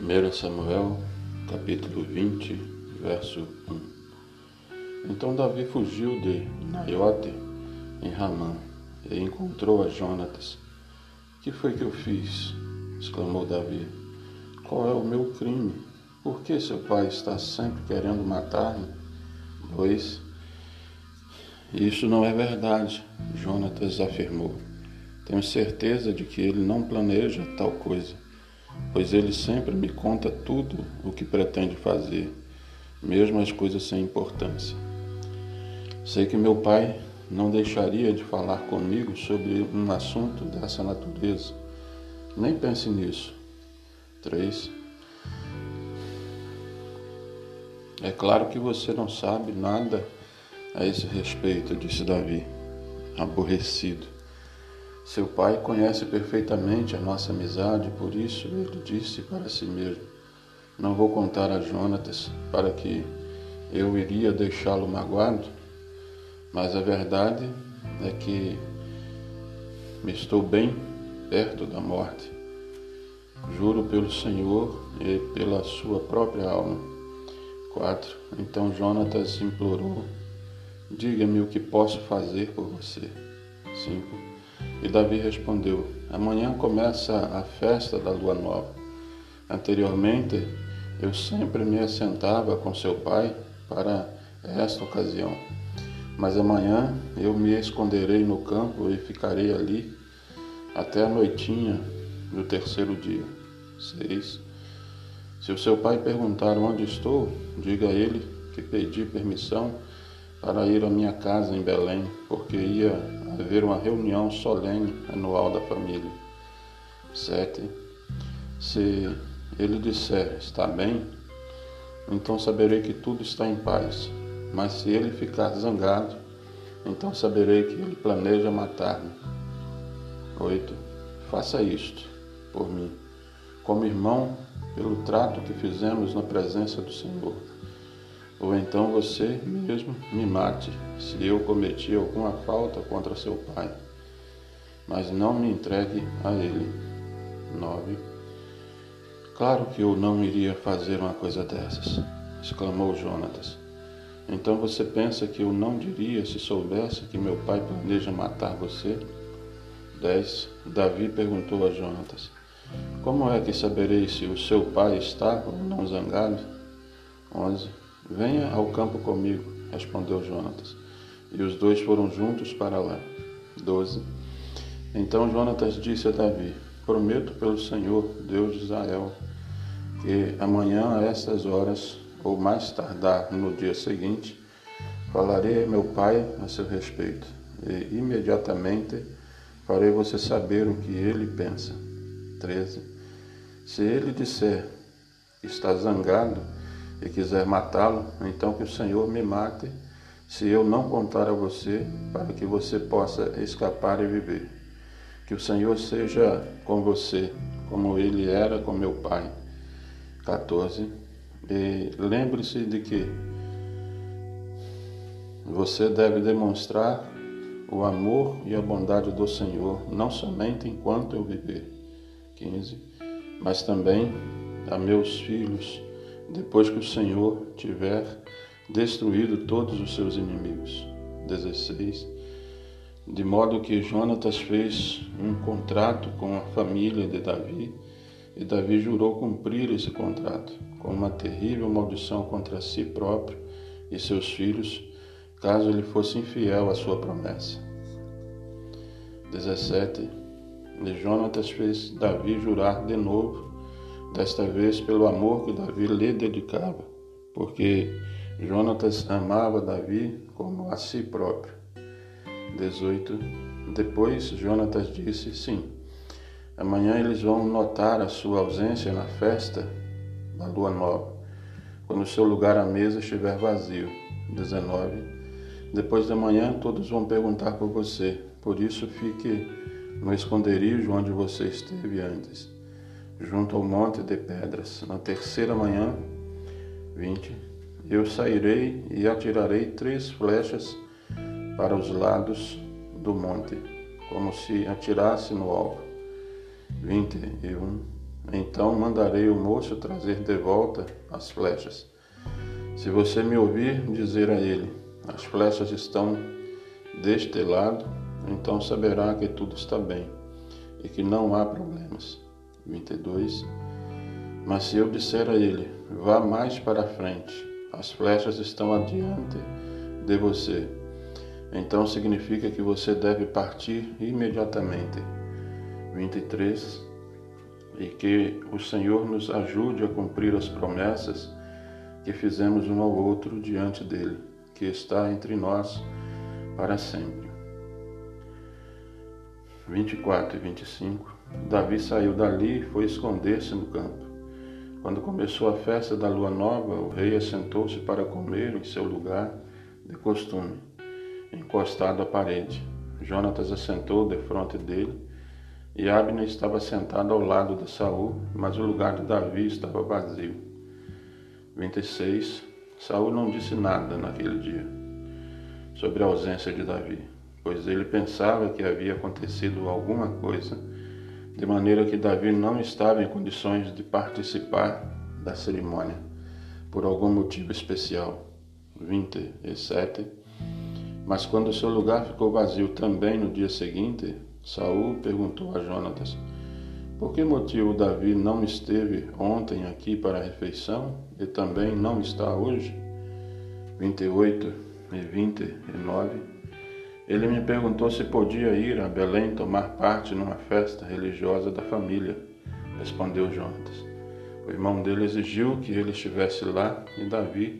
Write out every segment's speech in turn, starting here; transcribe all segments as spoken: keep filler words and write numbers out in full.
primeiro Samuel, capítulo vinte, verso um. Então Davi fugiu de Naiote, em Ramã, e encontrou a Jonatas. Que foi que eu fiz? Exclamou Davi. Qual é o meu crime? Por que seu pai está sempre querendo matar-me? Dois. Isso não é verdade, Jonatas afirmou. Tenho certeza de que ele não planeja tal coisa, pois ele sempre me conta tudo o que pretende fazer, mesmo as coisas sem importância. Sei que meu pai não deixaria de falar comigo sobre um assunto dessa natureza. Nem pense nisso. Três. É claro que você não sabe nada a esse respeito, disse Davi, aborrecido. Seu pai conhece perfeitamente a nossa amizade, por isso ele disse para si mesmo: não vou contar a Jonatas para que eu iria deixá-lo magoado, mas a verdade é que estou bem perto da morte. Juro pelo Senhor e pela sua própria alma. Quatro. Então Jonatas implorou: diga-me o que posso fazer por você. Cinco. E Davi respondeu: amanhã começa a festa da lua nova. Anteriormente, eu sempre me assentava com seu pai para esta ocasião. Mas amanhã eu me esconderei no campo e ficarei ali até a noitinha do terceiro dia. Seis. Se o seu pai perguntar onde estou, diga a ele que pedi permissão para ir à minha casa em Belém, porque ia haver uma reunião solene anual da família. Sete. Se ele disser, está bem, então saberei que tudo está em paz. Mas se ele ficar zangado, então saberei que ele planeja matar-me. Oito. Faça isto por mim, como irmão, pelo trato que fizemos na presença do Senhor. Ou então você mesmo me mate, se eu cometi alguma falta contra seu pai, mas não me entregue a ele. Nove. Claro que eu não iria fazer uma coisa dessas, exclamou Jonatas. Então você pensa que eu não diria se soubesse que meu pai planeja matar você? Dez. Davi perguntou a Jonatas: como é que saberei se o seu pai está ou não zangado? Onze. Venha ao campo comigo, respondeu Jonatas. E os dois foram juntos para lá. Doze. Então Jonatas disse a Davi: prometo pelo Senhor, Deus de Israel, que amanhã a estas horas, ou mais tardar no dia seguinte, falarei a meu pai a seu respeito, e imediatamente farei você saber o que ele pensa. Treze. Se ele disser, está zangado, e quiser matá-lo, então que o Senhor me mate, se eu não contar a você, para que você possa escapar e viver. Que o Senhor seja com você, como ele era com meu pai. quatorze. E lembre-se de que você deve demonstrar o amor e a bondade do Senhor, não somente enquanto eu viver. quinze. Mas também a meus filhos, depois que o Senhor tiver destruído todos os seus inimigos. dezesseis. De modo que Jonatas fez um contrato com a família de Davi, e Davi jurou cumprir esse contrato, com uma terrível maldição contra si próprio e seus filhos, caso ele fosse infiel à sua promessa. dezessete. E Jonatas fez Davi jurar de novo, desta vez pelo amor que Davi lhe dedicava, porque Jonatas amava Davi como a si próprio. dezoito. Depois Jonatas disse: sim, amanhã eles vão notar a sua ausência na festa da lua nova, quando o seu lugar à mesa estiver vazio. dezenove. Depois da manhã todos vão perguntar por você, por isso fique no esconderijo onde você esteve antes, junto ao monte de pedras. Na terceira manhã, vinte, eu sairei e atirarei três flechas para os lados do monte, como se atirasse no alvo. vinte e um. então mandarei o moço trazer de volta as flechas. Se você me ouvir dizer a ele, as flechas estão deste lado, então saberá que tudo está bem e que não há problemas. vinte e dois. Mas se eu disser a ele, vá mais para a frente, as flechas estão adiante de você, então significa que você deve partir imediatamente. vinte e três. E que o Senhor nos ajude a cumprir as promessas que fizemos um ao outro diante dele, que está entre nós para sempre. vinte e quatro e vinte e cinco. Davi saiu dali e foi esconder-se no campo. Quando começou a festa da lua nova, o rei assentou-se para comer em seu lugar de costume, encostado à parede. Jonatas assentou defronte dele, e Abner estava sentado ao lado de Saul, mas o lugar de Davi estava vazio. vinte e seis. Saul não disse nada naquele dia sobre a ausência de Davi, pois ele pensava que havia acontecido alguma coisa, de maneira que Davi não estava em condições de participar da cerimônia, por algum motivo especial. vinte e sete. Mas quando seu lugar ficou vazio também no dia seguinte, Saul perguntou a Jonatas, por que motivo Davi não esteve ontem aqui para a refeição e também não está hoje? vinte e oito e vinte e nove. Ele me perguntou se podia ir a Belém tomar parte numa festa religiosa da família, respondeu Jonatas. O irmão dele exigiu que ele estivesse lá e Davi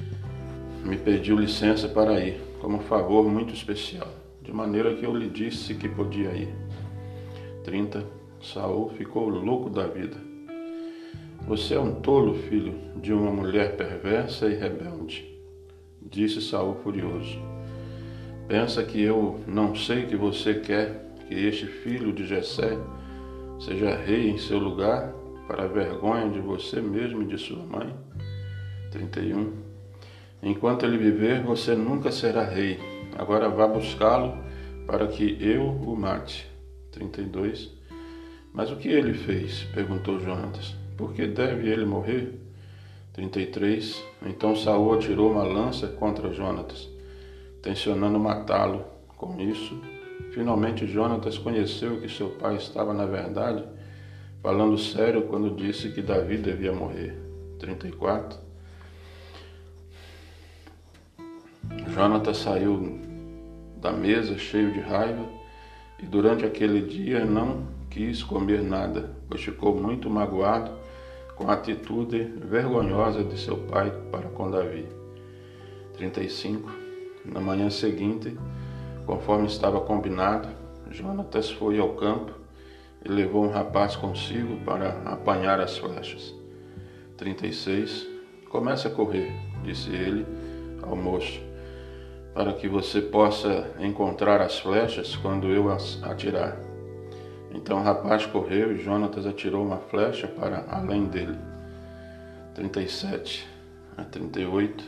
me pediu licença para ir, como um favor muito especial, de maneira que eu lhe disse que podia ir. trinta. Saul ficou louco da vida. Você é um tolo, filho de uma mulher perversa e rebelde, disse Saul furioso. Pensa que eu não sei que você quer que este filho de Jessé seja rei em seu lugar, para a vergonha de você mesmo e de sua mãe? trinta e um. Enquanto ele viver, você nunca será rei. Agora vá buscá-lo para que eu o mate. trinta e dois. Mas o que ele fez? Perguntou Jonatas. Por que deve ele morrer? trinta e três. Então Saul atirou uma lança contra Jonatas, tencionando matá-lo. Com isso, finalmente Jonatas conheceu que seu pai estava, na verdade, falando sério quando disse que Davi devia morrer. trinta e quatro. Jonatas saiu da mesa cheio de raiva e durante aquele dia não quis comer nada, pois ficou muito magoado com a atitude vergonhosa de seu pai para com Davi. trinta e cinco. Na manhã seguinte, conforme estava combinado, Jonatas foi ao campo e levou um rapaz consigo para apanhar as flechas. trinta e seis. Comece a correr, disse ele ao moço, para que você possa encontrar as flechas quando eu as atirar. Então o rapaz correu e Jonatas atirou uma flecha para além dele. trinta e sete a trinta e oito.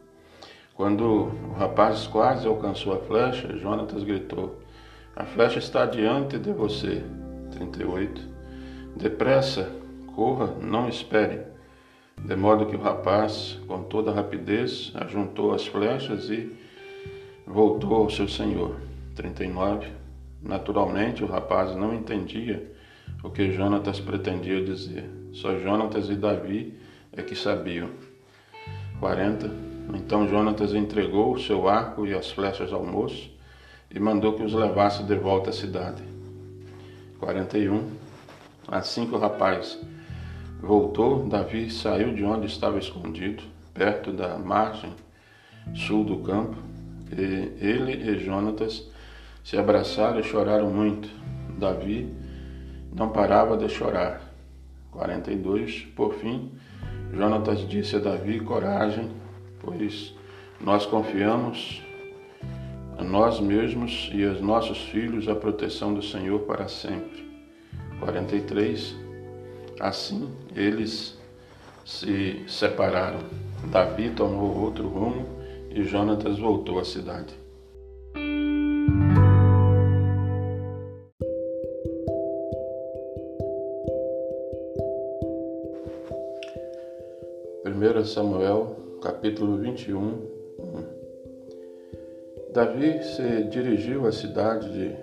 Quando o rapaz quase alcançou a flecha, Jonatas gritou, a flecha está diante de você. trinta e oito. Depressa, corra, não espere. De modo que o rapaz, com toda rapidez, ajuntou as flechas e voltou ao seu senhor. trinta e nove. Naturalmente, o rapaz não entendia o que Jonatas pretendia dizer. Só Jonatas e Davi é que sabiam. quarenta. Então Jonatas entregou o seu arco e as flechas ao moço e mandou que os levasse de volta à cidade. quarenta e um. Assim que o rapaz voltou, Davi saiu de onde estava escondido, perto da margem sul do campo, e ele e Jonatas se abraçaram e choraram muito. Davi não parava de chorar. quarenta e dois. Por fim, Jonatas disse a Davi, coragem, pois nós confiamos a nós mesmos e aos nossos filhos a proteção do Senhor para sempre. quarenta e três. Assim, eles se separaram. Davi tomou outro rumo e Jonatas voltou à cidade. primeiro Samuel, capítulo vinte e um, um. Davi se dirigiu à cidade de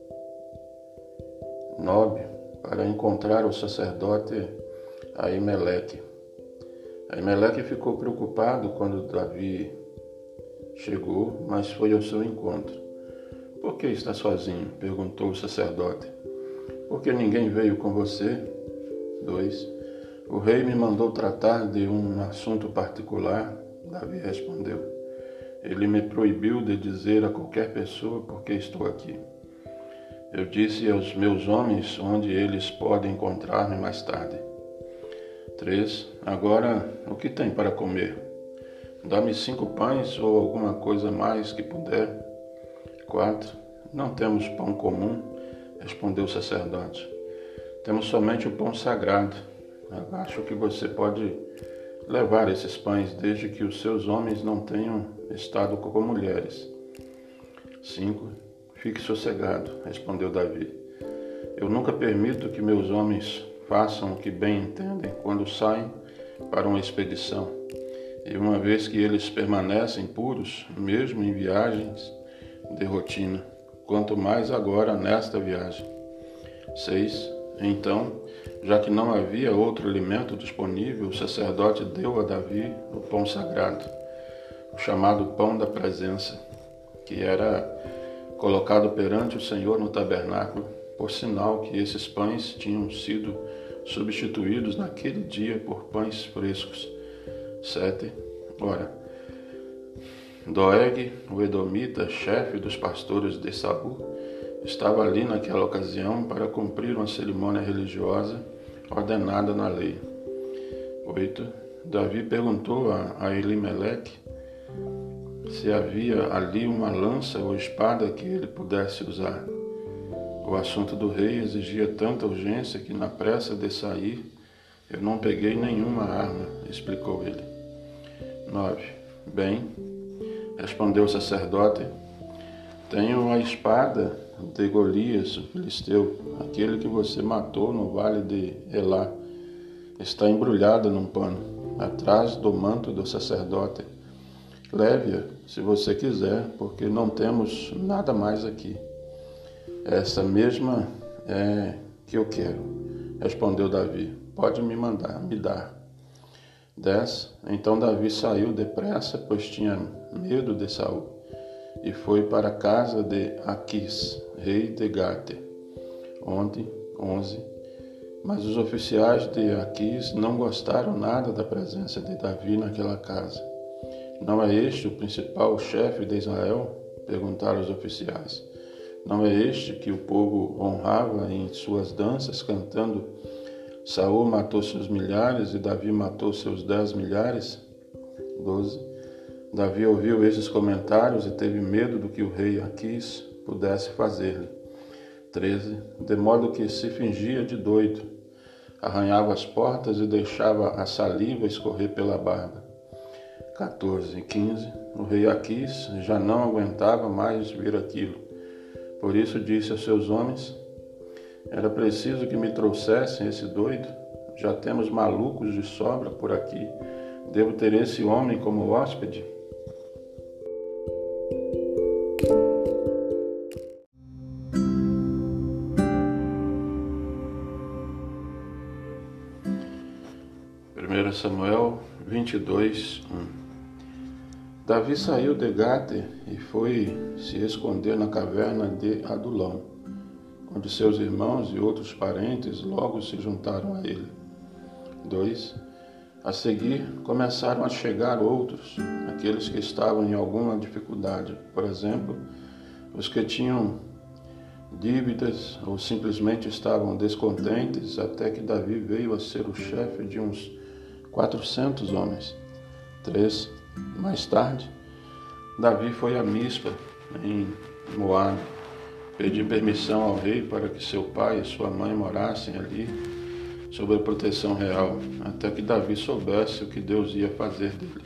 Nob para encontrar o sacerdote Aimeleque. Aimeleque ficou preocupado quando Davi chegou, mas foi ao seu encontro. "Por que está sozinho?" perguntou o sacerdote. "Porque ninguém veio com você?" dois. "O rei me mandou tratar de um assunto particular." Davi respondeu. "Ele me proibiu de dizer a qualquer pessoa por que estou aqui. Eu disse aos meus homens onde eles podem encontrar-me mais tarde." três. "Agora, o que tem para comer? Dá-me cinco pães ou alguma coisa mais que puder." quatro. "Não temos pão comum," respondeu o sacerdote. "Temos somente o pão sagrado. Eu acho que você pode levar esses pães desde que os seus homens não tenham estado com mulheres." cinco. "Fique sossegado," respondeu Davi. "Eu nunca permito que meus homens façam o que bem entendem quando saem para uma expedição. E uma vez que eles permanecem puros, mesmo em viagens de rotina, quanto mais agora nesta viagem." seis. Então, já que não havia outro alimento disponível, o sacerdote deu a Davi o pão sagrado, o chamado pão da presença, que era colocado perante o Senhor no tabernáculo, por sinal que esses pães tinham sido substituídos naquele dia por pães frescos. sete. Ora, Doeg, o edomita, chefe dos pastores de Saul, estava ali naquela ocasião para cumprir uma cerimônia religiosa ordenada na lei. oito. Davi perguntou a Elimeleque se havia ali uma lança ou espada que ele pudesse usar. O assunto do rei exigia tanta urgência que, na pressa de sair, eu não peguei nenhuma arma, explicou ele. nove. Bem, respondeu o sacerdote, tenho a espada de Golias, o filisteu, aquele que você matou no vale de Elá. Está embrulhada num pano, atrás do manto do sacerdote. Leve-a, se você quiser, porque não temos nada mais aqui. Essa mesma é que eu quero, respondeu Davi. Pode me mandar, me dar. dez. Então Davi saiu depressa, pois tinha medo de Saul, e foi para a casa de Aquis, rei de Gate. Onde, onze. Mas os oficiais de Aquis não gostaram nada da presença de Davi naquela casa. Não é este o principal chefe de Israel? Perguntaram os oficiais. Não é este que o povo honrava em suas danças, cantando: Saul matou seus milhares e Davi matou seus dez milhares? doze. Davi ouviu esses comentários e teve medo do que o rei Aquis pudesse fazer-lhe. treze. De modo que se fingia de doido, arranhava as portas e deixava a saliva escorrer pela barba. quatorze e quinze. O rei Aquis já não aguentava mais ver aquilo. Por isso disse aos seus homens: era preciso que me trouxessem esse doido. Já temos malucos de sobra por aqui. Devo ter esse homem como hóspede? primeiro Samuel vinte e dois, um. Davi saiu de Gate e foi se esconder na caverna de Adulão, onde seus irmãos e outros parentes logo se juntaram a ele. dois. A seguir, começaram a chegar outros, aqueles que estavam em alguma dificuldade, por exemplo, os que tinham dívidas ou simplesmente estavam descontentes, até que Davi veio a ser o chefe de uns quatrocentos homens. três. Mais tarde, Davi foi a Mispa, em Moabe, pedir permissão ao rei para que seu pai e sua mãe morassem ali, sob a proteção real, até que Davi soubesse o que Deus ia fazer dele.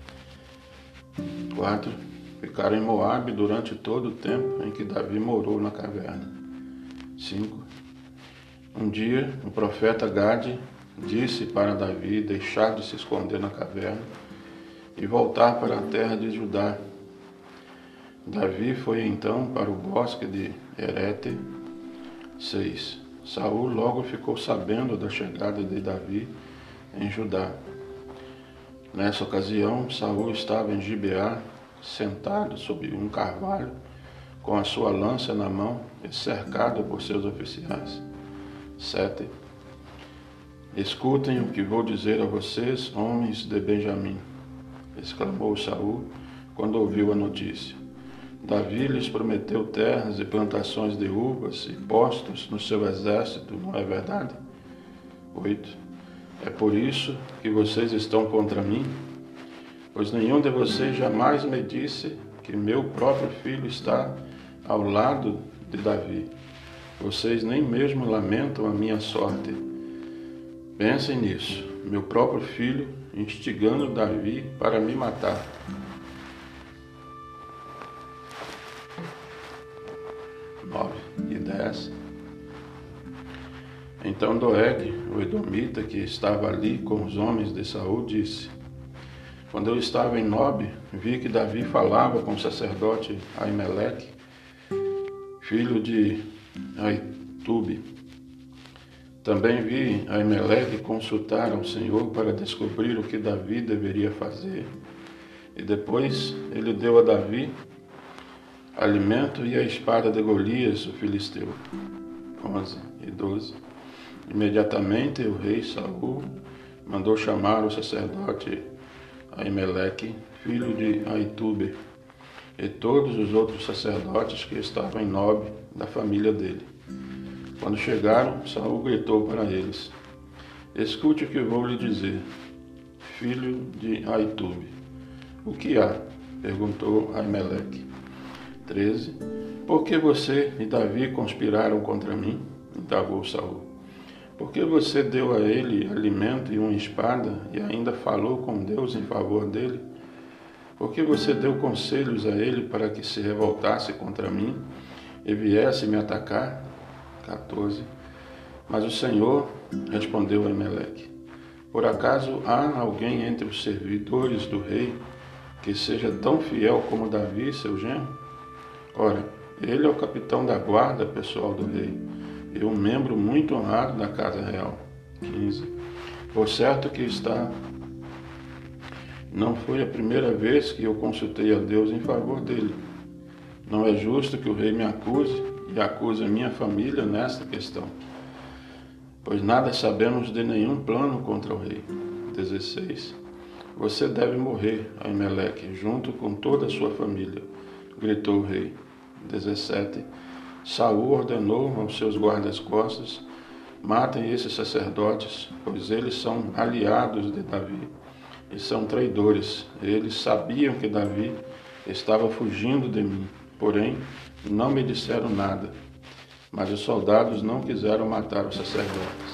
quatro. Ficaram em Moabe durante todo o tempo em que Davi morou na caverna. cinco. Um dia, o profeta Gade disse para Davi deixar de se esconder na caverna e voltar para a terra de Judá. Davi foi então para o bosque de Herete. seis. Saul logo ficou sabendo da chegada de Davi em Judá. Nessa ocasião, Saul estava em Gibeá, sentado sob um carvalho, com a sua lança na mão e cercado por seus oficiais. sete. Escutem o que vou dizer a vocês, homens de Benjamim, exclamou Saul quando ouviu a notícia. Davi lhes prometeu terras e plantações de uvas e postos no seu exército, não é verdade? oito. É por isso que vocês estão contra mim? Pois nenhum de vocês jamais me disse que meu próprio filho está ao lado de Davi. Vocês nem mesmo lamentam a minha sorte. Pensem nisso, meu próprio filho instigando Davi para me matar. nove e dez. Então Doeg, o edomita, que estava ali com os homens de Saul, disse: Quando eu estava em Nob, vi que Davi falava com o sacerdote Aimeleque, filho de Aitube. Também vi Aimeleque consultar ao Senhor para descobrir o que Davi deveria fazer. E depois ele deu a Davi alimento e a espada de Golias, o filisteu. onze e doze. Imediatamente o rei Saul mandou chamar o sacerdote Aimeleque, filho de Aitube, e todos os outros sacerdotes que estavam em Nob, da família dele. Quando chegaram, Saul gritou para eles: Escute o que vou lhe dizer, filho de Aitube. O que há? Perguntou Aimeleque. treze. Por que você e Davi conspiraram contra mim? Indagou Saul. Por que você deu a ele alimento e uma espada e ainda falou com Deus em favor dele? Por que você deu conselhos a ele para que se revoltasse contra mim e viesse me atacar? quatorze. Mas o Senhor respondeu a Aimeleque: Por acaso há alguém entre os servidores do rei que seja tão fiel como Davi, seu genro? Ora, ele é o capitão da guarda pessoal do rei e um membro muito honrado da casa real. quinze. Por certo que está... Não foi a primeira vez que eu consultei a Deus em favor dele. Não é justo que o rei me acuse e acuse a minha família nesta questão, pois nada sabemos de nenhum plano contra o rei. dezesseis. Você deve morrer, Aimeleque, junto com toda a sua família, gritou o rei. dezessete. Saul ordenou aos seus guardas-costas: matem esses sacerdotes, pois eles são aliados de Davi e são traidores. Eles sabiam que Davi estava fugindo de mim, porém não me disseram nada. Mas os soldados não quiseram matar os sacerdotes.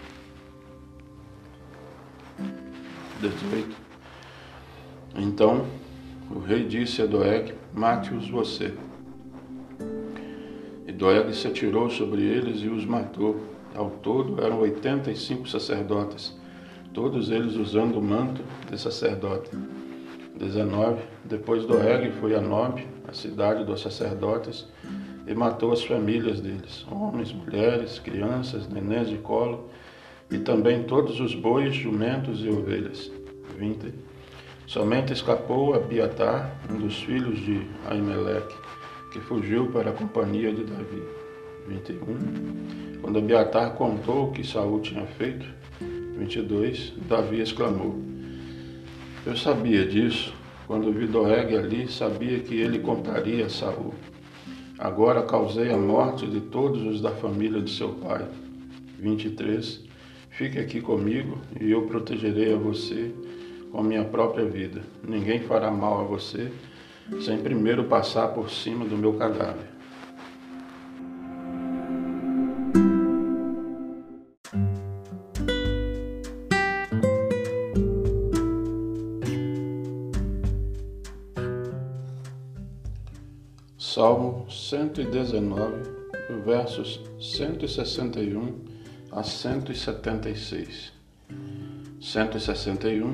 dezoito. Então o rei disse a Doeg: mate-os você. E Doeg se atirou sobre eles e os matou. Ao todo eram oitenta e cinco sacerdotes, todos eles usando o manto de sacerdote. dezenove. Depois Doeg foi a Nob, a cidade dos sacerdotes, e matou as famílias deles, homens, mulheres, crianças, nenéns de colo, e também todos os bois, jumentos e ovelhas. vinte. Somente escapou Abiatar, um dos filhos de Aimeleque, que fugiu para a companhia de Davi. vinte e um. Quando Abiatar contou o que Saul tinha feito, vinte e dois, Davi exclamou: Eu sabia disso. Quando vi Doeg ali, sabia que ele contaria a Saul. Agora causei a morte de todos os da família de seu pai. vinte e três. Fique aqui comigo e eu protegerei a você com minha própria vida. Ninguém fará mal a você sem primeiro passar por cima do meu cadáver. Salmo cento e dezenove, versos cento e sessenta e um a cento e setenta e seis. cento e sessenta e um.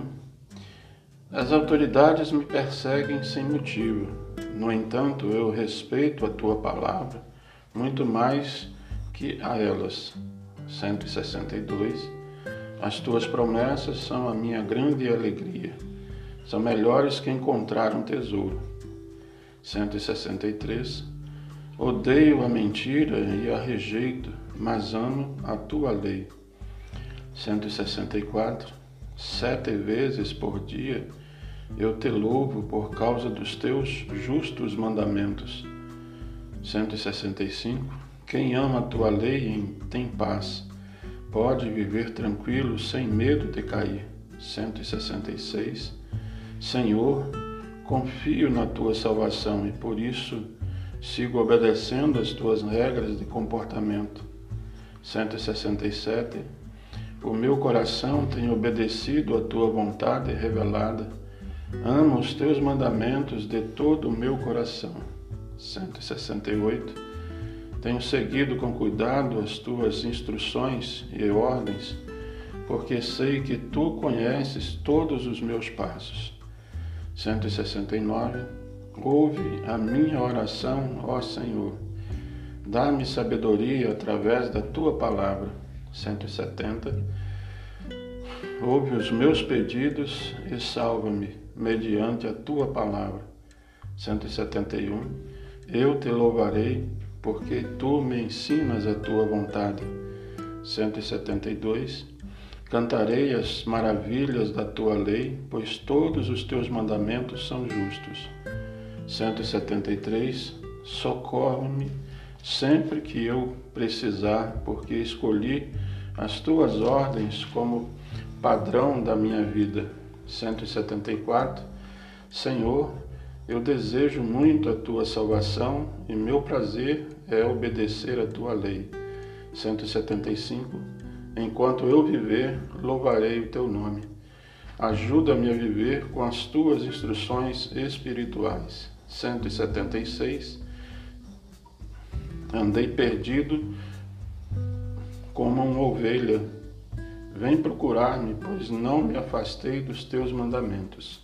As autoridades me perseguem sem motivo. No entanto, eu respeito a tua palavra muito mais que a elas. cento e sessenta e dois. As tuas promessas são a minha grande alegria. São melhores que encontrar um tesouro. cento e sessenta e três. Odeio a mentira e a rejeito, mas amo a tua lei. cento e sessenta e quatro. Sete vezes por dia eu te louvo por causa dos teus justos mandamentos. cento e sessenta e cinco. Quem ama a tua lei tem paz. Pode viver tranquilo sem medo de cair. cento e sessenta e seis. Senhor, confio na tua salvação e por isso sigo obedecendo as tuas regras de comportamento. cento e sessenta e sete. O meu coração tem obedecido à tua vontade revelada. Amo os teus mandamentos de todo o meu coração. cento e sessenta e oito. Tenho seguido com cuidado as tuas instruções e ordens, porque sei que tu conheces todos os meus passos. cento e sessenta e nove. Ouve a minha oração, ó Senhor. Dá-me sabedoria através da tua palavra. cento e setenta. Ouve os meus pedidos e salva-me mediante a tua palavra. cento e setenta e um. Eu te louvarei, porque tu me ensinas a tua vontade. cento e setenta e dois. Cantarei as maravilhas da tua lei, pois todos os teus mandamentos são justos. cento e setenta e três. Socorre-me sempre que eu precisar, porque escolhi as tuas ordens como padrão da minha vida. cento e setenta e quatro. Senhor, eu desejo muito a tua salvação e meu prazer é obedecer a tua lei. cento e setenta e cinco. Enquanto eu viver, louvarei o teu nome. Ajuda-me a viver com as tuas instruções espirituais. cento e setenta e seis. Andei perdido como uma ovelha. Vem procurar-me, pois não me afastei dos teus mandamentos.